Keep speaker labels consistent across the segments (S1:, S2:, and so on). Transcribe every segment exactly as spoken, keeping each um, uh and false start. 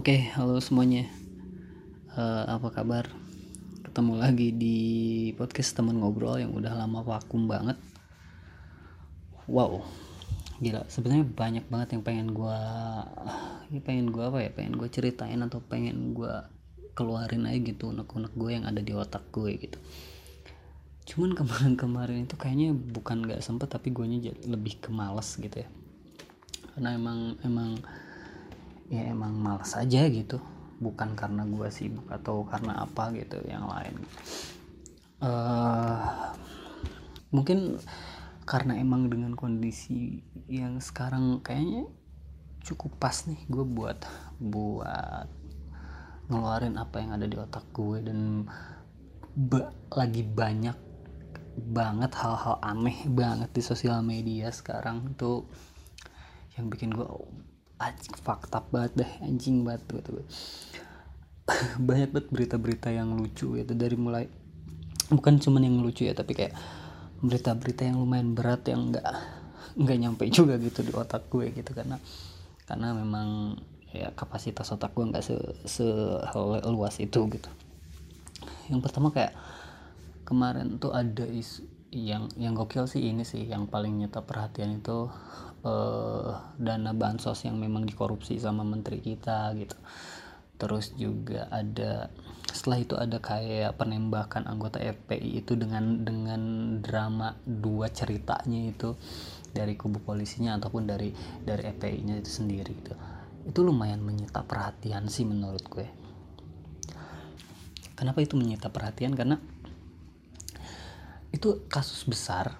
S1: Oke, halo semuanya. Eh, apa kabar? Ketemu lagi di podcast teman ngobrol yang udah lama vakum banget. Wow, gila. Sebenarnya banyak banget yang pengen gue, ya pengen gue apa ya? Pengen gue ceritain atau pengen gue keluarin aja gitu unek-unek gue yang ada di otak gue gitu. Cuman kemarin-kemarin itu kayaknya bukan nggak sempet, tapi gue nya lebih ke males gitu ya. Karena emang emang ya emang malas aja gitu, bukan karena gue sibuk atau karena apa gitu yang lain. uh, mungkin karena emang dengan kondisi yang sekarang kayaknya cukup pas nih gue buat buat ngeluarin apa yang ada di otak gue. Dan ba- lagi banyak banget hal-hal aneh banget di sosial media sekarang tuh yang bikin gue anjing fakta banget deh, anjing banget gitu. Banyak banget berita-berita yang lucu gitu, dari mulai bukan cuman yang lucu ya, tapi kayak berita-berita yang lumayan berat yang nggak nggak nyampe juga gitu di otak gue gitu, karena karena memang ya kapasitas otak gue nggak se seluas itu gitu. Yang pertama kayak kemarin tuh ada isu yang yang gokil sih, ini sih yang paling nyata perhatian itu eh, dana bansos yang memang dikorupsi sama menteri kita gitu. Terus juga ada, setelah itu ada kayak penembakan anggota F P I itu dengan dengan drama dua ceritanya itu, dari kubu polisinya ataupun dari dari F P I-nya itu sendiri gitu. Itu lumayan menyita perhatian sih menurut gue. Kenapa itu menyita perhatian? Karena itu kasus besar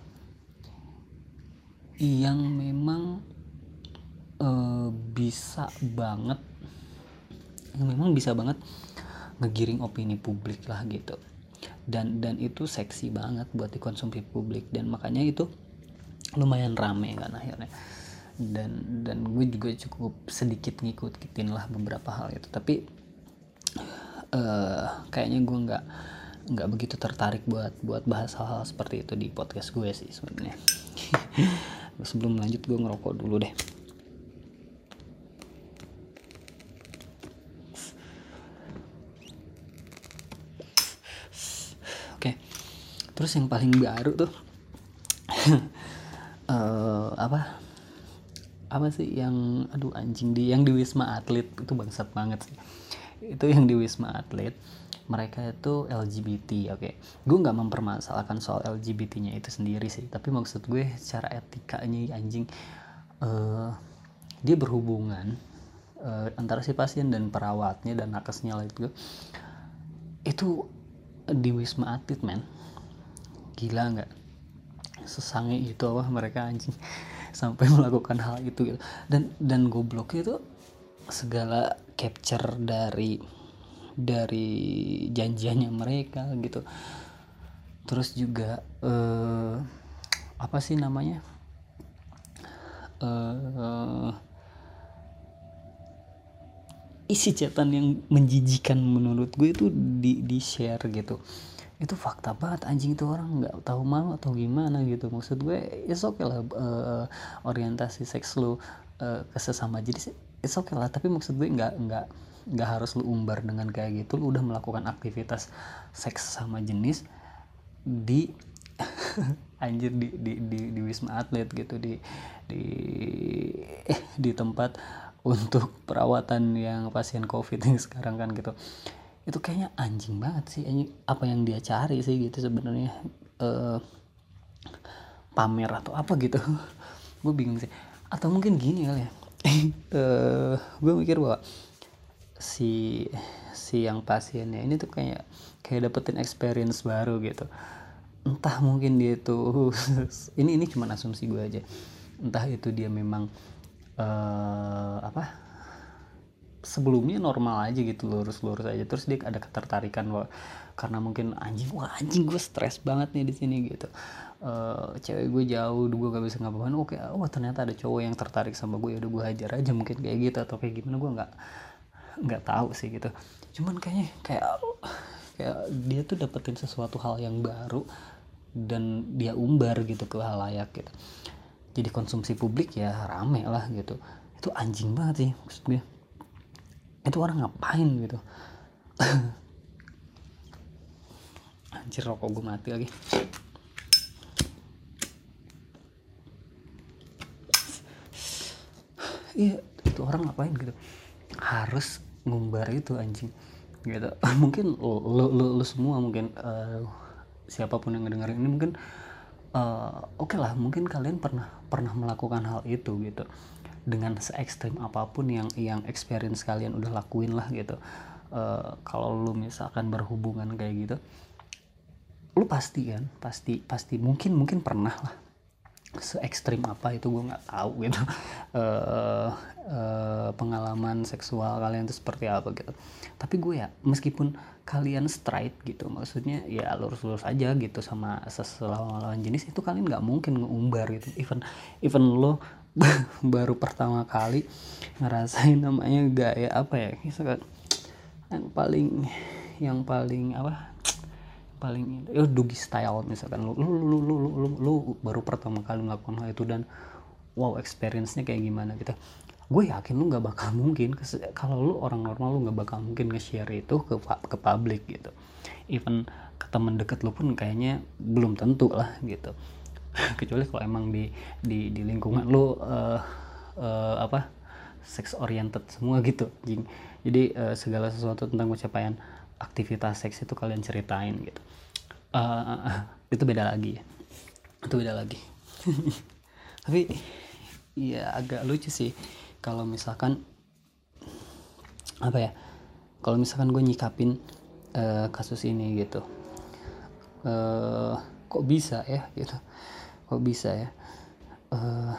S1: yang memang uh, bisa banget yang memang bisa banget ngegiring opini publik lah gitu. Dan dan itu seksi banget buat dikonsumsi publik, dan makanya itu lumayan rame kan akhirnya. Dan dan gue juga cukup sedikit ngikutin lah beberapa hal itu, tapi uh, kayaknya gue nggak nggak begitu tertarik buat buat bahas hal-hal seperti itu di podcast gue sih sebenarnya. Sebelum lanjut gue ngerokok dulu deh. Oke, terus yang paling baru tuh uh, apa apa sih yang aduh anjing di yang di Wisma Atlet itu bangsat banget sih. Itu yang di Wisma Atlet, mereka itu L G B T. Oke, okay. Gue nggak mempermasalahkan soal L G B T-nya itu sendiri sih, tapi maksud gue secara etikanya anjing, uh, dia berhubungan uh, antara si pasien dan perawatnya dan nakesnya lah itu itu di Wisma Atlet, men. Gila nggak? Sesange itu apa mereka anjing sampai melakukan hal itu gitu. dan dan gobloknya itu segala capture dari dari janjiannya mereka gitu. Terus juga eh, apa sih namanya, eh, isi chatan yang menjijikan menurut gue itu di di share gitu. Itu fakta banget anjing, itu orang nggak tahu malu atau gimana gitu. Maksud gue it's okay lah, uh, orientasi seks lu uh, ke sesama jenis it's okay lah, tapi maksud gue nggak nggak nggak harus lu umbar dengan kayak gitu. Lu udah melakukan aktivitas seks sama jenis di anjir di di di, di Wisma Atlet gitu, di di eh, di tempat untuk perawatan yang pasien COVID ini sekarang kan gitu. Itu kayaknya anjing banget sih, anjing apa yang dia cari sih gitu sebenarnya, uh, pamer atau apa gitu. Gue bingung sih, atau mungkin gini kali ya. uh, gue mikir bahwa si si yang pasiennya ini tuh kayak kayak dapetin experience baru gitu. Entah mungkin dia tuh ini ini cuma asumsi gue aja, entah itu dia memang uh, apa sebelumnya normal aja gitu, lurus-lurus aja, terus dia ada ketertarikan wah, karena mungkin anjing wah anjing gue stres banget nih di sini gitu, uh, cewek gue jauh, gue gak bisa ngapain, oke, wah ternyata ada cowok yang tertarik sama gue, udah gue hajar aja mungkin kayak gitu atau kayak gimana, gue nggak nggak tahu sih gitu. Cuman kayaknya kayak kayak dia tuh dapetin sesuatu hal yang baru dan dia umbar gitu ke halayak gitu, jadi konsumsi publik ya rame lah gitu. Itu anjing banget sih maksud gue. itu orang ngapain gitu. Anjir, rokok gue mati lagi. Iya, itu orang ngapain gitu, harus ngumbar itu anjing gitu. Mungkin lo lo lo, lo semua mungkin uh, siapapun yang ngedengerin ini mungkin uh, oke okay lah, mungkin kalian pernah pernah melakukan hal itu gitu, dengan se ekstrim apapun yang yang experience kalian udah lakuin lah gitu. Uh, kalau lu misalkan berhubungan kayak gitu, lu pasti kan pasti pasti mungkin mungkin pernah lah, se ekstrim apa itu gue nggak tahu gitu. uh, uh, pengalaman seksual kalian itu seperti apa gitu. Tapi gue ya, meskipun kalian straight gitu, maksudnya ya lurus-lurus aja gitu sama sesama lawan jenis, itu kalian nggak mungkin ngeumbar gitu. Even even lo baru pertama kali ngerasain namanya gaya apa ya, misalkan yang paling yang paling apa paling itu doggy style, misalkan lu lu lu lu lu, lu, lu baru pertama kali melakukan hal itu dan wow, experience-nya kayak gimana gitu. Gue yakin lu nggak bakal mungkin, kalau lu orang normal lu nggak bakal mungkin nge-share itu ke ke publik gitu. Even ke teman deket lu pun kayaknya belum tentu lah gitu. Kecuali kalau emang di di di lingkungan lu uh, uh, apa sex oriented semua gitu, jing. Jadi uh, segala sesuatu tentang pencapaian aktivitas seks itu kalian ceritain gitu. Uh, itu beda lagi ya, itu beda lagi. Tapi ya agak lucu sih kalau misalkan apa ya, kalau misalkan gue nyikapin uh, kasus ini gitu. Uh, kok bisa ya gitu, kok bisa ya. Uh,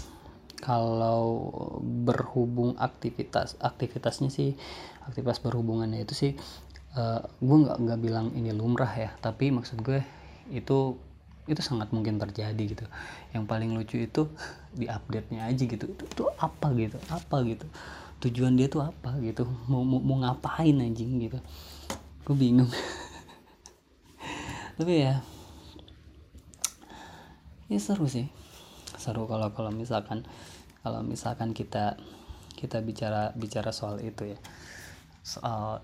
S1: kalau berhubung aktivitas aktivitasnya sih, aktivitas berhubungannya itu sih, uh, gue nggak nggak bilang ini lumrah ya, tapi maksud gue itu itu sangat mungkin terjadi gitu. Yang paling lucu itu di update-nya aja gitu, itu tuh apa gitu, apa gitu, tujuan dia tuh apa gitu, mau mau, mau ngapain anjing gitu, gue bingung. Tapi ya ya seru sih, seru kalau kalau misalkan kalau misalkan kita kita bicara bicara soal itu ya, soal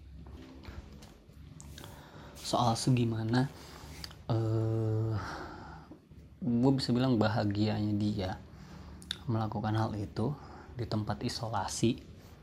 S1: soal segimana uh, gue bisa bilang bahagianya dia melakukan hal itu di tempat isolasi.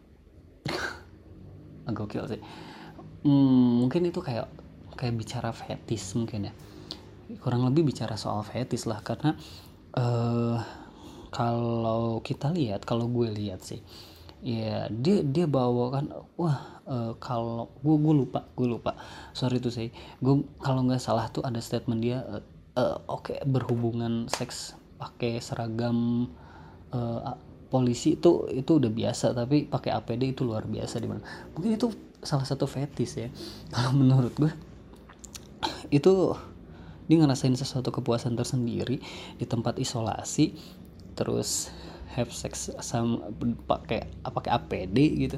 S1: Gokil sih. Hmm, mungkin itu kayak kayak bicara fetis mungkin ya, kurang lebih bicara soal fetis lah, karena uh, kalau kita lihat, kalau gue lihat sih ya, dia dia bawa kan, wah uh, kalau gue gue lupa gue lupa sorry tuh sih, gue kalau nggak salah tuh ada statement dia, uh, uh, oke okay, berhubungan seks pakai seragam uh, polisi itu itu udah biasa, tapi pakai A P D itu luar biasa di mana. Mungkin itu salah satu fetis ya kalau menurut gue. Itu dia ngerasain sesuatu kepuasan tersendiri di tempat isolasi, terus have sex sama pakai pakai A P D gitu.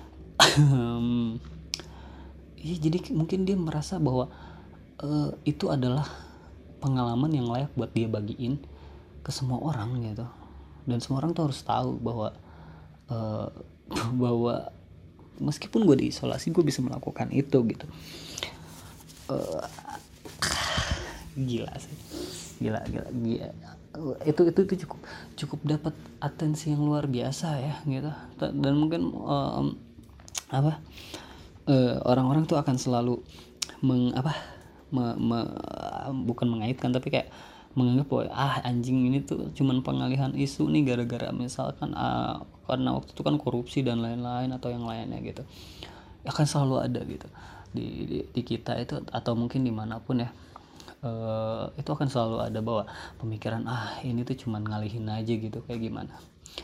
S1: Ya jadi mungkin dia merasa bahwa uh, itu adalah pengalaman yang layak buat dia bagiin ke semua orang gitu, dan semua orang tuh harus tahu bahwa uh, bahwa meskipun gue diisolasi gue bisa melakukan itu gitu. uh, gila sih, gila gila gila itu itu itu cukup cukup dapat atensi yang luar biasa ya gitu. Dan mungkin um, apa uh, orang-orang tuh akan selalu meng apa me, me, bukan mengaitkan tapi kayak menganggap bahwa ah anjing ini tuh cuman pengalihan isu nih gara-gara misalkan uh, karena waktu itu kan korupsi dan lain-lain atau yang lainnya gitu, akan selalu ada gitu di, di, di kita itu atau mungkin dimanapun ya. Uh, itu akan selalu ada bahwa pemikiran ah ini tuh cuman ngalihin aja gitu, kayak gimana.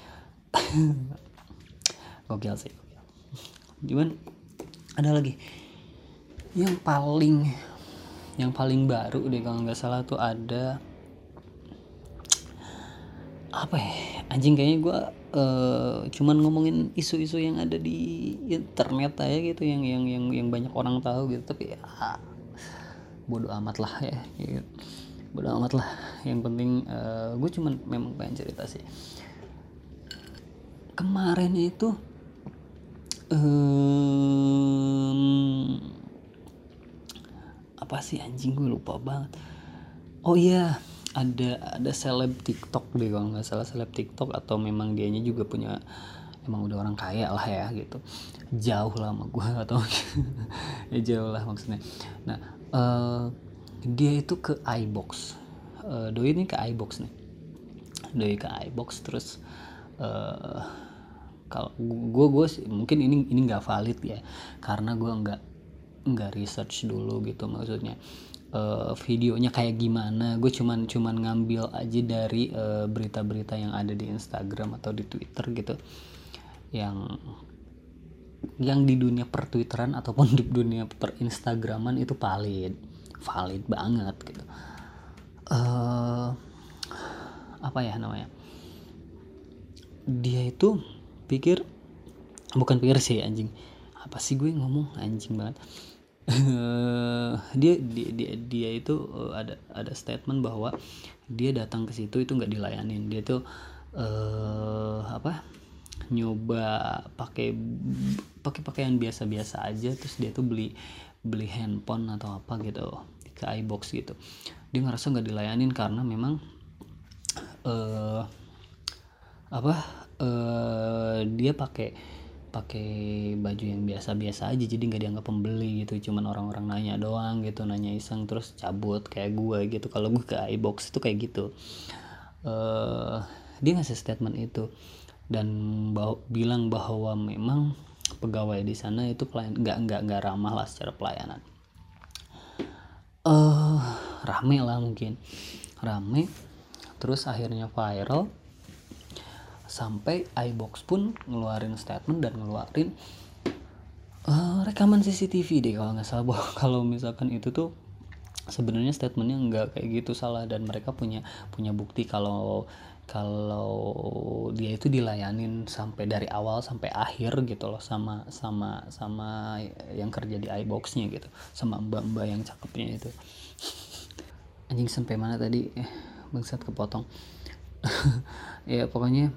S1: Gokil sih. Cuman ada lagi yang paling yang paling baru deh kalau nggak salah tuh ada apa ya anjing, kayaknya gue uh, cuman ngomongin isu-isu yang ada di internet aja gitu, yang yang yang yang banyak orang tahu gitu, tapi ya bodo amat lah ya gitu. Bodo amat lah, yang penting uh, gue cuman memang pengen cerita sih. Kemarin itu um, apa sih anjing, gue lupa banget. Oh iya, ada ada seleb TikTok deh kalau nggak salah, seleb TikTok atau memang dianya juga punya, emang udah orang kaya lah ya gitu, jauh lah sama gue atau ya jauh lah maksudnya. Nah uh, dia itu ke iBox, uh, doi ini ke iBox nih, doi ke iBox terus uh, kalau gue gue mungkin ini ini nggak valid ya karena gue nggak nggak research dulu gitu, maksudnya uh, videonya kayak gimana. Gue cuman cuman ngambil aja dari uh, berita-berita yang ada di Instagram atau di Twitter gitu, yang yang di dunia per Twitteran ataupun di dunia per Instagraman itu valid valid banget gitu. Uh, apa ya namanya, dia itu pikir, bukan pikir sih anjing, apa sih gue ngomong anjing banget. dia, dia dia dia itu uh, ada ada statement bahwa dia datang ke situ itu nggak dilayanin. Dia tuh uh, apa nyoba pakai pakai pakaian biasa-biasa aja, terus dia tuh beli beli handphone atau apa gitu ke iBox gitu. Dia ngerasa nggak dilayanin karena memang uh, apa uh, dia pakai pakai baju yang biasa-biasa aja, jadi nggak dianggap pembeli gitu, cuman orang-orang nanya doang gitu, nanya iseng terus cabut kayak gue gitu. Kalau gue ke iBox itu kayak gitu. Uh, dia ngasih statement itu dan bawa, bilang bahwa memang pegawai di sana itu pelayan nggak nggak nggak ramah lah secara pelayanan. Uh, rame lah mungkin rame, terus akhirnya viral sampai iBox pun ngeluarin statement dan ngeluarin uh, rekaman C C T V deh kalau nggak salah, bahwa kalau misalkan itu tuh sebenarnya statementnya nggak kayak gitu, salah, dan mereka punya punya bukti kalau kalau dia itu dilayanin sampai dari awal sampai akhir gitu loh, sama sama sama yang kerja di iBox-nya gitu, sama mbak-mbak yang cakepnya itu. Anjing sampai mana tadi, eh, bangsat kepotong. Ya pokoknya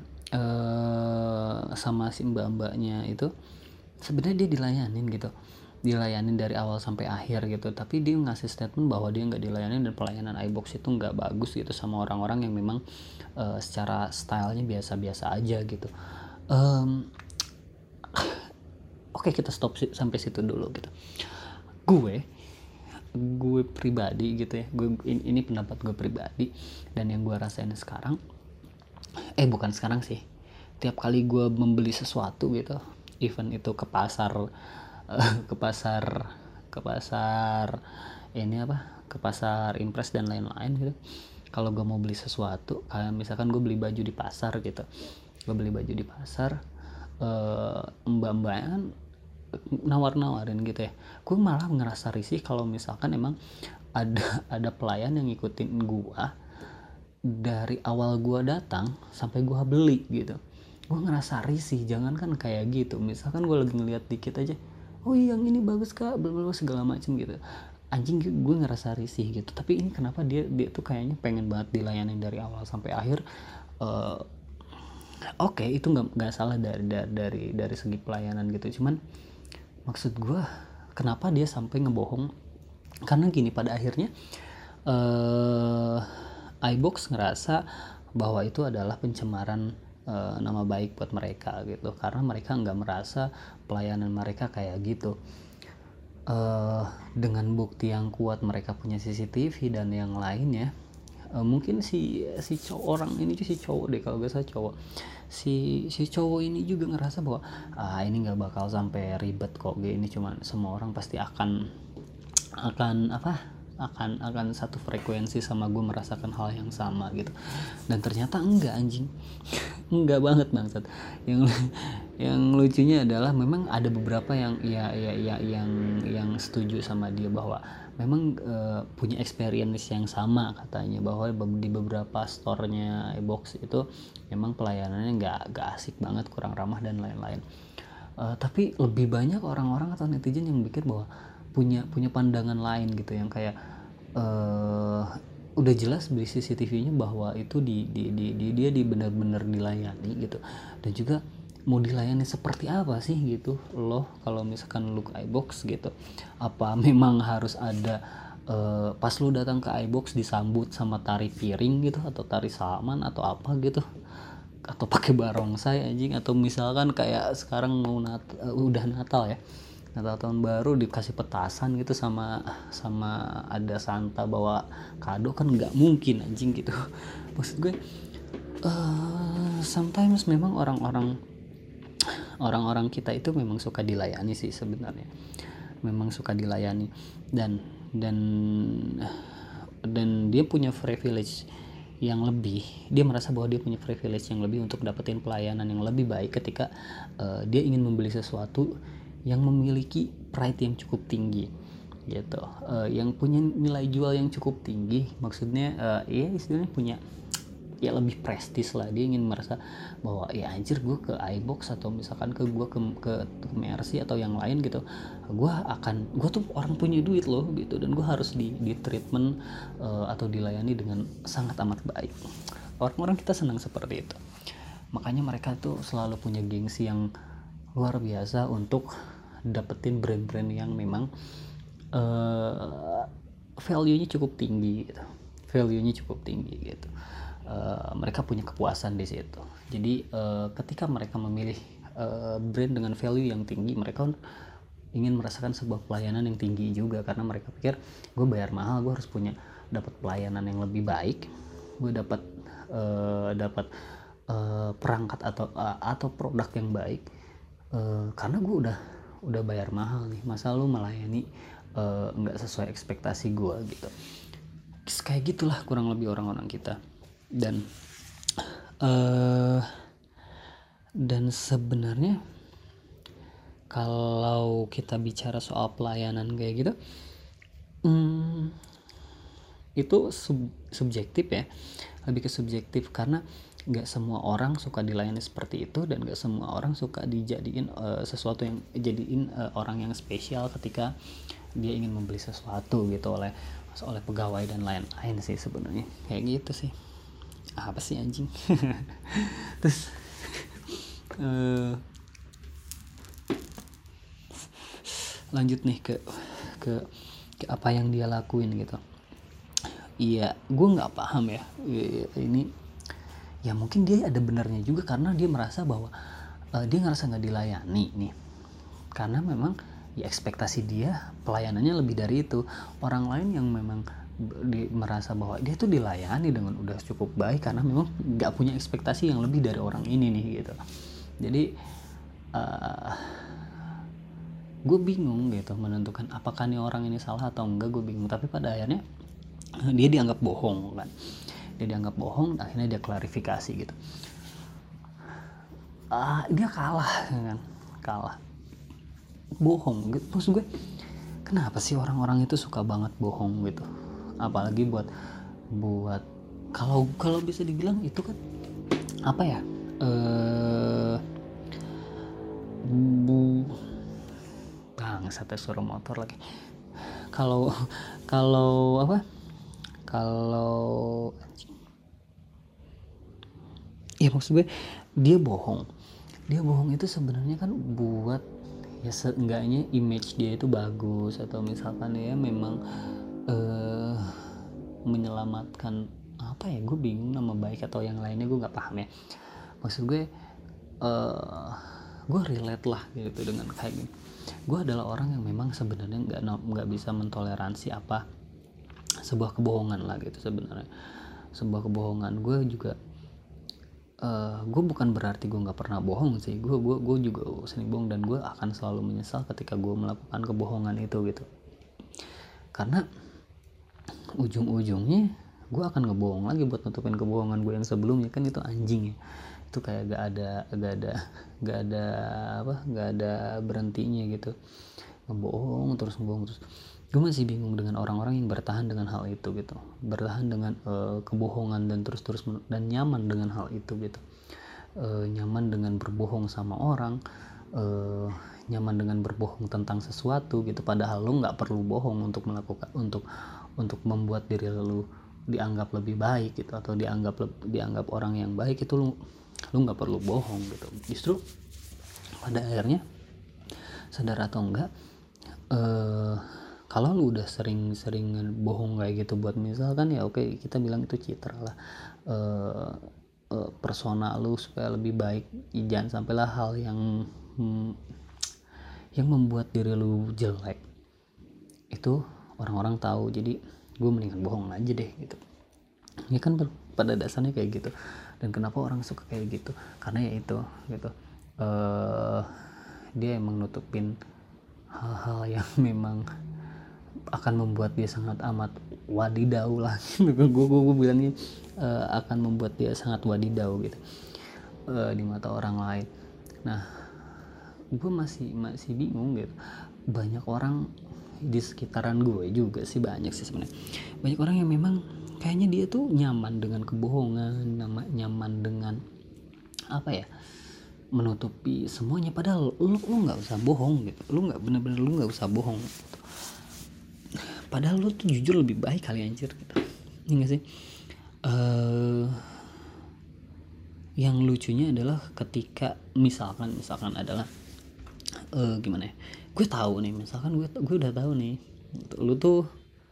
S1: uh, sama si mbak-mbaknya itu sebenarnya dia dilayanin gitu, dilayanin dari awal sampai akhir gitu, tapi dia ngasih statement bahwa dia nggak dilayanin dan pelayanan iBox itu nggak bagus gitu sama orang-orang yang memang uh, secara stylenya biasa-biasa aja gitu. Um, Oke okay, kita stop sampai situ dulu gitu. Gue gue pribadi gitu ya, gue ini, ini pendapat gue pribadi dan yang gue rasain sekarang, eh bukan sekarang sih, tiap kali gue membeli sesuatu gitu, even itu ke pasar uh, ke pasar ke pasar ini apa ke pasar Impres dan lain-lain gitu. Kalau gue mau beli sesuatu, kayak misalkan gue beli baju di pasar gitu, gue beli baju di pasar, uh, mbak-mbaknya kan nawar-nawarin gitu ya, gue malah ngerasa risih kalau misalkan emang ada ada pelayan yang ngikutin gue dari awal gue datang sampai gue beli gitu. Gue ngerasa risih, jangan kan kayak gitu, misalkan gue lagi ngeliat dikit aja, oh iya yang ini bagus kak, blablabla segala macem gitu, anjing gue ngerasa risih gitu. Tapi ini kenapa dia dia tuh kayaknya pengen banget dilayani dari awal sampai akhir. uh, oke okay, itu nggak nggak salah dari, dari dari dari segi pelayanan gitu, cuman maksud gue kenapa dia sampai ngebohong. Karena gini, pada akhirnya uh, iBox ngerasa bahwa itu adalah pencemaran uh, nama baik buat mereka gitu, karena mereka nggak merasa pelayanan mereka kayak gitu. Uh, dengan bukti yang kuat, mereka punya C C T V dan yang lainnya. Uh, mungkin si si cowok orang ini si cowok deh kalau gak salah cowok, si si cowok ini juga ngerasa bahwa ah ini nggak bakal sampai ribet kok, ini cuman semua orang pasti akan akan apa akan akan satu frekuensi sama gue, merasakan hal yang sama gitu. Dan ternyata enggak anjing. Enggak banget bangsat. Yang yang lucunya adalah memang ada beberapa yang ya ya, ya yang yang setuju sama dia bahwa memang uh, punya experience yang sama katanya, bahwa di beberapa store-nya iBox itu memang pelayanannya nggak nggak asik banget, kurang ramah dan lain-lain. Uh, tapi lebih banyak orang-orang atau netizen yang mikir bahwa punya punya pandangan lain gitu, yang kayak uh, udah jelas beli C C T V-nya bahwa itu di, di, di, di dia di benar-benar dilayani gitu. Dan juga mau dilayani seperti apa sih gitu loh kalau misalkan lu ke iBox gitu. Apa memang harus ada uh, pas lu datang ke iBox disambut sama tari piring gitu atau tari salaman atau apa gitu, atau pakai barongsai anjing, atau misalkan kayak sekarang mau nat uh, udah Natal ya, Natal tahun baru dikasih petasan gitu sama sama ada Santa bawa kado, kan nggak mungkin anjing gitu. Maksud gue uh, sometimes memang orang-orang orang-orang kita itu memang suka dilayani sih sebenarnya, memang suka dilayani dan dan dan dia punya privilege yang lebih, dia merasa bahwa dia punya privilege yang lebih untuk dapetin pelayanan yang lebih baik ketika uh, dia ingin membeli sesuatu yang memiliki pride yang cukup tinggi gitu, uh, yang punya nilai jual yang cukup tinggi, maksudnya uh, ya istilahnya punya ya lebih prestis lah. Dia ingin merasa bahwa ya anjir gue ke iBox atau misalkan ke gue ke ke, ke Mercy atau yang lain gitu, gue akan gue tuh orang punya duit loh gitu, dan gue harus di di treatment uh, atau dilayani dengan sangat amat baik. Orang-orang kita senang seperti itu, makanya mereka tuh selalu punya gengsi yang luar biasa untuk dapetin brand-brand yang memang uh, value-nya cukup tinggi gitu, value-nya cukup tinggi gitu. Uh, mereka punya kepuasan di situ. Jadi uh, ketika mereka memilih uh, brand dengan value yang tinggi, mereka ingin merasakan sebuah pelayanan yang tinggi juga, karena mereka pikir gue bayar mahal, gue harus punya dapat pelayanan yang lebih baik, gue dapat uh, dapat uh, perangkat atau uh, atau produk yang baik, uh, karena gue udah udah bayar mahal nih, masa lu melayani nggak uh, sesuai ekspektasi gue gitu. Kayak gitulah kurang lebih orang-orang kita. Dan uh, dan sebenarnya kalau kita bicara soal pelayanan kayak gitu, hmm, itu sub, subjektif ya, lebih ke subjektif, karena nggak semua orang suka dilayani seperti itu, dan nggak semua orang suka dijadiin uh, sesuatu yang jadiin uh, orang yang spesial ketika dia ingin membeli sesuatu gitu oleh oleh pegawai dan lain-lain sih sebenarnya kayak gitu sih. Apa sih anjing. Terus uh, lanjut nih ke ke ke apa yang dia lakuin gitu. Iya, gue nggak paham ya ini. Ya mungkin dia ada benarnya juga, karena dia merasa bahwa uh, dia ngerasa nggak dilayani nih, karena memang ya ekspektasi dia pelayanannya lebih dari itu. Orang lain yang memang di, merasa bahwa dia tuh dilayani dengan udah cukup baik, karena memang nggak punya ekspektasi yang lebih dari orang ini nih gitu. Jadi uh, gue bingung gitu menentukan apakah nih orang ini salah atau enggak, gue bingung. Tapi pada akhirnya dia dianggap bohong kan, dia dianggap bohong, akhirnya dia klarifikasi gitu. Uh, dia kalah kan, kalah bohong gitu. Maksud gue kenapa sih orang-orang itu suka banget bohong gitu, apalagi buat buat kalau kalau bisa dibilang itu kan apa ya, eh bu bangsat ya, suara motor lagi. Kalau kalau apa kalau ya maksud gue dia bohong dia bohong itu sebenarnya kan buat ya seenggaknya image dia itu bagus, atau misalkan ya memang uh, menyelamatkan apa ya, gue bingung nama baik atau yang lainnya, gue nggak paham ya. Maksud gue uh, gue relate lah gitu dengan kayak gini. Gue adalah orang yang memang sebenarnya nggak nggak bisa mentoleransi apa sebuah kebohongan lah gitu. Sebenarnya sebuah kebohongan gue juga Uh, gue bukan berarti gue nggak pernah bohong sih, gue gue gue juga sering bohong, dan gue akan selalu menyesal ketika gue melakukan kebohongan itu gitu, karena ujung-ujungnya gue akan ngebohong lagi buat nutupin kebohongan gue yang sebelumnya, kan itu anjing ya, itu kayak gak ada gak ada gak ada apa gak ada berhentinya gitu, ngebohong terus ngebohong terus. Gue masih bingung dengan orang-orang yang bertahan dengan hal itu gitu, bertahan dengan uh, kebohongan dan terus-terus men- dan nyaman dengan hal itu gitu, uh, nyaman dengan berbohong sama orang, uh, nyaman dengan berbohong tentang sesuatu gitu, padahal lo nggak perlu bohong untuk melakukan untuk untuk membuat diri lo dianggap lebih baik gitu, atau dianggap dianggap orang yang baik itu lo lo nggak perlu bohong gitu. Justru pada akhirnya sadar atau enggak, eh kalau lu udah sering-sering bohong kayak gitu buat misalkan ya oke kita bilang itu citra lah, eh eh, persona lu supaya lebih baik, jangan sampailah hal yang hmm, yang membuat diri lu jelek itu orang-orang tahu, jadi gue mendingan bohong aja deh gitu ya kan. Pada dasarnya kayak gitu. Dan kenapa orang suka kayak gitu, karena ya itu gitu, eh dia emang nutupin hal-hal yang memang akan membuat dia sangat amat wadidau lah gitu. gue gue gue bilangnya uh, akan membuat dia sangat wadidau gitu uh, di mata orang lain. Nah gue masih masih bingung gitu, banyak orang di sekitaran gue juga sih, banyak sih sebenarnya, banyak orang yang memang kayaknya dia tuh nyaman dengan kebohongan, nyaman dengan apa ya, menutupi semuanya, padahal lu lu nggak usah bohong gitu, lu nggak bener-bener lu nggak usah bohong gitu. Padahal lu tuh jujur lebih baik kali anjir gitu, ini nggak sih? Uh, yang lucunya adalah ketika misalkan misalkan adalah uh, gimana ya, gue tahu nih, misalkan gue gue udah tahu nih lu tuh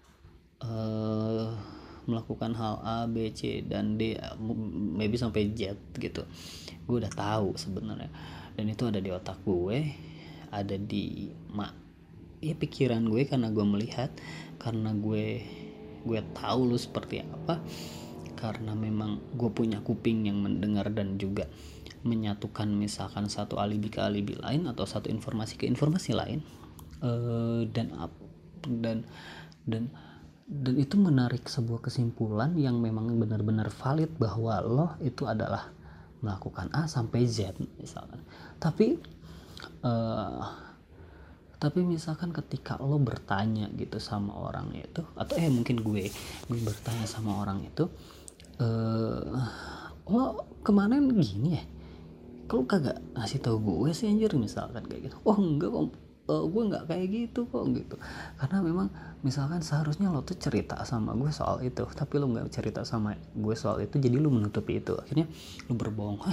S1: uh, melakukan hal A, B, C dan D, maybe sampai Z gitu. Gue udah tahu sebenarnya, dan itu ada di otak gue, ada di mak ya pikiran gue, karena gue melihat, karena gue gue tahu lu seperti apa, karena memang gue punya kuping yang mendengar dan juga menyatukan misalkan satu alibi ke alibi lain atau satu informasi ke informasi lain, uh, dan dan dan dan itu menarik sebuah kesimpulan yang memang benar-benar valid bahwa lo itu adalah melakukan A sampai Z misalkan. Tapi uh, tapi misalkan ketika lo bertanya gitu sama orang itu, atau eh mungkin gue gue bertanya sama orang itu, uh, lo kemarin gini ya, kalau kagak ngasih tahu gue sih anjir misalkan kayak gitu. Oh enggak kok, uh, gue nggak kayak gitu kok gitu. Karena memang misalkan seharusnya lo tuh cerita sama gue soal itu, tapi lo nggak cerita sama gue soal itu, jadi lo menutupi itu, akhirnya lo berbohong, eh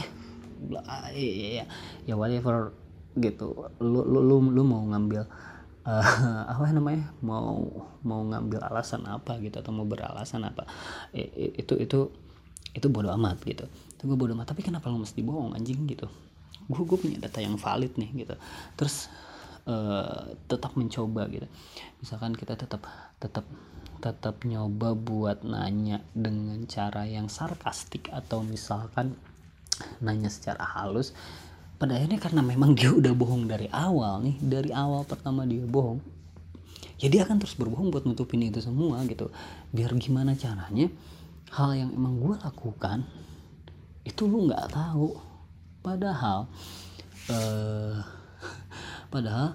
S1: ya, ya whatever gitu. Lu lu lu, lu mau ngambil uh, apa namanya, mau mau ngambil alasan apa gitu, atau mau beralasan apa, e, itu itu itu bodo amat gitu, itu gue bodo amat. Tapi kenapa lo mesti bohong anjing gitu? Gue gue punya data yang valid nih gitu. Terus uh, tetap mencoba gitu, misalkan kita tetap tetap tetap nyoba buat nanya dengan cara yang sarkastik, atau misalkan nanya secara halus. Pada akhirnya karena memang dia udah bohong dari awal nih, dari awal pertama dia bohong, ya dia akan terus berbohong buat nutupin itu semua gitu. Biar gimana caranya hal yang emang gue lakukan itu lu nggak tahu, padahal uh, padahal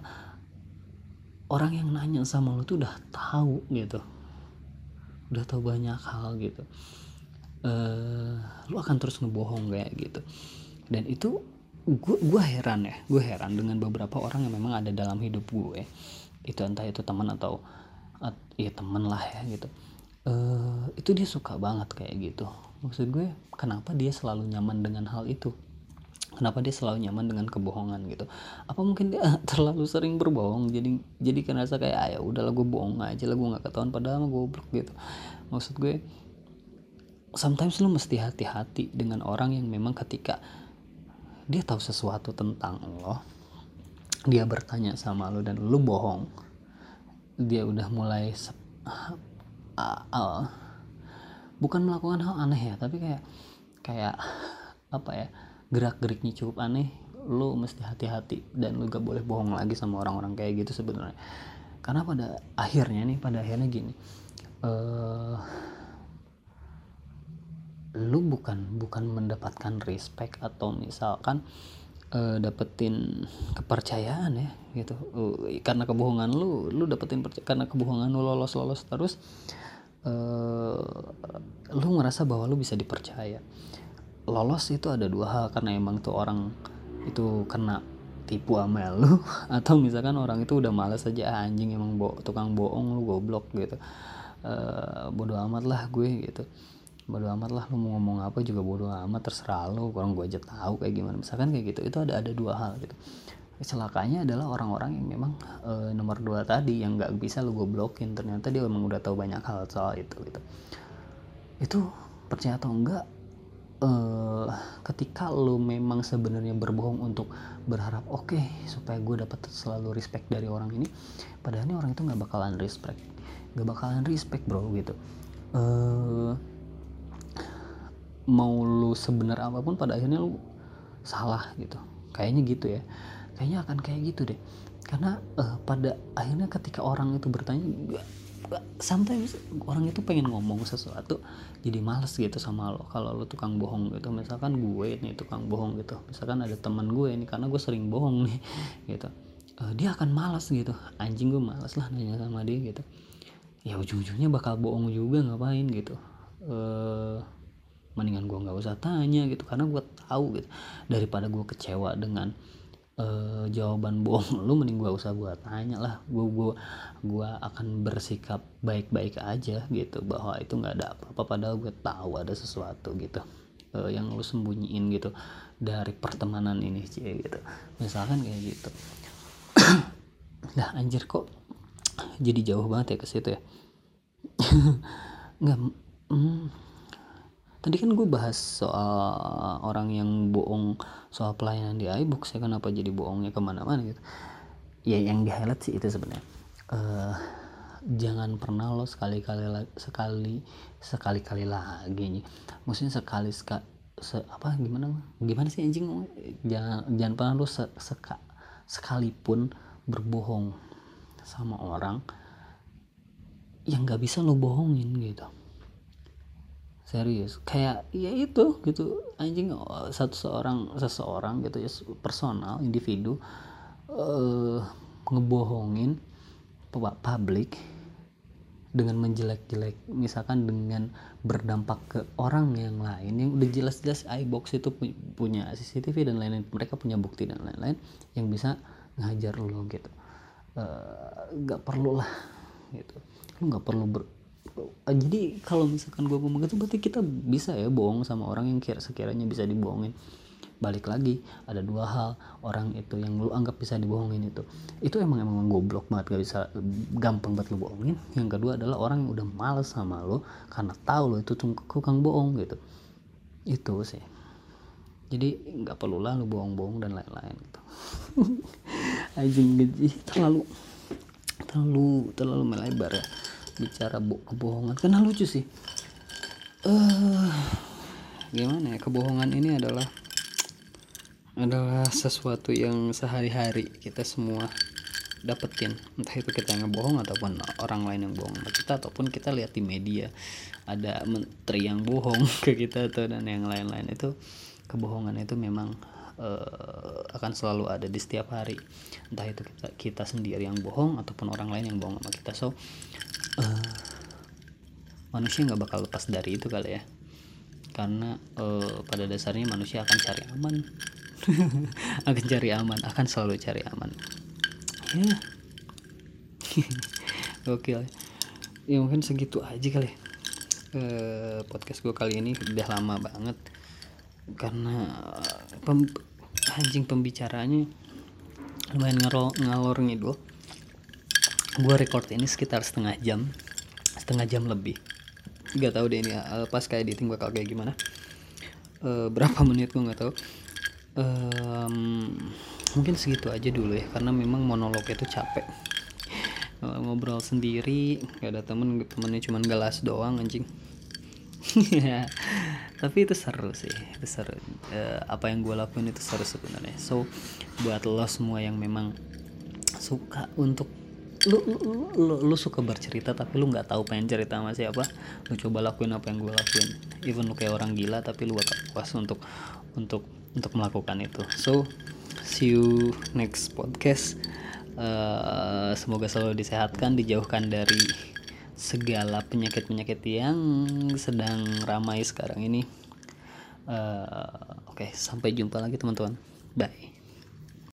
S1: orang yang nanya sama lu tuh udah tahu gitu, udah tahu banyak hal gitu. Uh, lu akan terus ngebohong kayak gitu. Dan itu gue gue heran ya, gue heran dengan beberapa orang yang memang ada dalam hidup gue, itu entah itu teman atau at, ya teman lah ya gitu. Uh, itu dia suka banget kayak gitu. Maksud gue kenapa dia selalu nyaman dengan hal itu, kenapa dia selalu nyaman dengan kebohongan gitu? Apa mungkin dia terlalu sering berbohong, jadi jadi kerasa kayak ah, ya udahlah gue bohong aja lah, gue nggak ketahuan padahal gue goblok gitu. Maksud gue sometimes lu mesti hati-hati dengan orang yang memang ketika dia tahu sesuatu tentang lo, dia bertanya sama lo dan lo bohong, dia udah mulai sep, uh, uh, bukan melakukan hal aneh ya, tapi kayak kayak apa ya, gerak-geriknya cukup aneh. Lo mesti hati-hati dan lo gak boleh bohong lagi sama orang-orang kayak gitu sebenarnya. Karena pada akhirnya nih, pada akhirnya gini, uh, lu bukan bukan mendapatkan respect atau misalkan uh, dapetin kepercayaan ya gitu, uh, karena kebohongan lu lu dapetin percaya, karena kebohongan lu lolos lolos terus, uh, lu ngerasa bahwa lu bisa dipercaya. Lolos itu ada dua hal, karena emang tuh orang itu kena tipu sama lu, atau misalkan orang itu udah malas aja, ah, anjing emang bo- tukang bohong lu, goblok gitu, uh, bodo amat lah gue gitu. bodo amat lah, lu mau ngomong apa juga bodo amat, terserah lu, orang gue aja tahu kayak gimana, misalkan kayak gitu. Itu ada ada dua hal gitu. Celakanya adalah orang-orang yang memang e, nomor dua tadi yang nggak bisa lu goblokin, ternyata dia emang udah tahu banyak hal soal itu gitu. Itu percaya atau enggak, e, ketika lu memang sebenarnya berbohong untuk berharap oke okay, supaya gue dapat selalu respect dari orang ini, padahal ini orang itu nggak bakalan respect, nggak bakalan respect bro gitu. E, mau lu sebenar apapun pada akhirnya lu salah gitu, kayaknya gitu ya. Kayaknya akan kayak gitu deh, karena uh, pada akhirnya ketika orang itu bertanya, sometimes orang itu pengen ngomong sesuatu jadi males gitu sama lo kalau lo tukang bohong gitu. Misalkan gue nih tukang bohong gitu, misalkan ada teman gue nih karena gue sering bohong nih gitu, uh, dia akan malas gitu, anjing gue malas lah nanya sama dia gitu, ya ujung-ujungnya bakal bohong juga, ngapain gitu. uh, mendingan gue nggak usah tanya gitu, karena gue tahu gitu, daripada gue kecewa dengan Uh, jawaban bohong lu, mending gua usah gua tanya lah, gua gua gua akan bersikap baik-baik aja gitu, bahwa itu nggak ada apa-apa, padahal gue tahu ada sesuatu gitu uh, yang lu sembunyiin gitu dari pertemanan ini cie gitu, misalkan kayak gitu. Nah anjir kok jadi jauh banget ya ke situ ya. Nggak, mm, tadi kan gue bahas soal orang yang bohong soal pelayanan di iBooks ya, kenapa jadi bohongnya kemana-mana gitu ya. Yang di highlight sih itu sebenarnya, uh, jangan pernah lo sekali-kali sekali sekali-kali lagi nih, maksudnya sekali seka, se, apa gimana gimana sih anjing, jangan jangan pernah lo se, seka, sekalipun berbohong sama orang yang nggak bisa lo bohongin gitu. Serius, kayak ya itu gitu anjing, satu seorang seseorang gitu ya, personal individu uh, ngebohongin publik dengan menjelek-jelek, misalkan dengan berdampak ke orang yang lain yang udah jelas-jelas iBooks itu punya C C T V dan lain-lain, mereka punya bukti dan lain-lain yang bisa ngajar lo gitu. uh, gak perlu lah gitu, lo gak perlu ber jadi kalau misalkan gue ngomong gitu berarti kita bisa ya bohong sama orang yang kira sekiranya bisa dibohongin. Balik lagi, ada dua hal, orang itu yang lu anggap bisa dibohongin itu itu emang emang goblok banget, gak bisa, gampang banget lu bohongin. Yang kedua adalah orang yang udah males sama lu karena tahu lu itu tukang bohong gitu. Itu sih, jadi nggak perlu lah lu bohong-bohong dan lain-lain gitu. Anjing gaji terlalu terlalu terlalu melebar ya bicara bo- kebohongan, karena lucu sih. Uh, gimana ya, kebohongan ini adalah adalah sesuatu yang sehari-hari kita semua dapetin, entah itu kita yang ngebohong ataupun orang lain yang bohong sama kita, ataupun kita lihat di media ada menteri yang bohong ke kita atau dan yang lain-lain. Itu kebohongan itu memang uh, akan selalu ada di setiap hari, entah itu kita kita sendiri yang bohong ataupun orang lain yang bohong sama kita. So uh, manusia nggak bakal lepas dari itu kali ya, karena uh, pada dasarnya manusia akan cari aman. akan cari aman akan selalu cari aman ya. Gokil ya. Mungkin segitu aja kali uh, podcast gue kali ini, udah lama banget karena pem, anjing pembicaranya lumayan ngerol, ngalor ngidul. Gue record ini sekitar setengah jam setengah jam lebih, nggak tahu deh ini uh, pas kayak editing bakal kayak gimana, uh, berapa menit gue nggak tahu. Um, mungkin segitu aja dulu ya, karena memang monolog itu capek. uh, ngobrol sendiri gak ada temen, temennya cuma gelas doang anjing. Tapi itu seru sih, itu seru. Uh, apa yang gue lakuin itu seru sebenarnya. So buat lo semua yang memang suka untuk lu lu, lu lu suka bercerita tapi lu nggak tahu pengen cerita sama siapa, lu coba lakuin apa yang gue lakuin. Even lu kayak orang gila tapi lu bakal puas untuk untuk untuk melakukan itu. So see you next podcast. Uh, semoga selalu disehatkan, dijauhkan dari segala penyakit-penyakit yang sedang ramai sekarang ini. Uh, Oke, okay, sampai jumpa lagi teman-teman. Bye.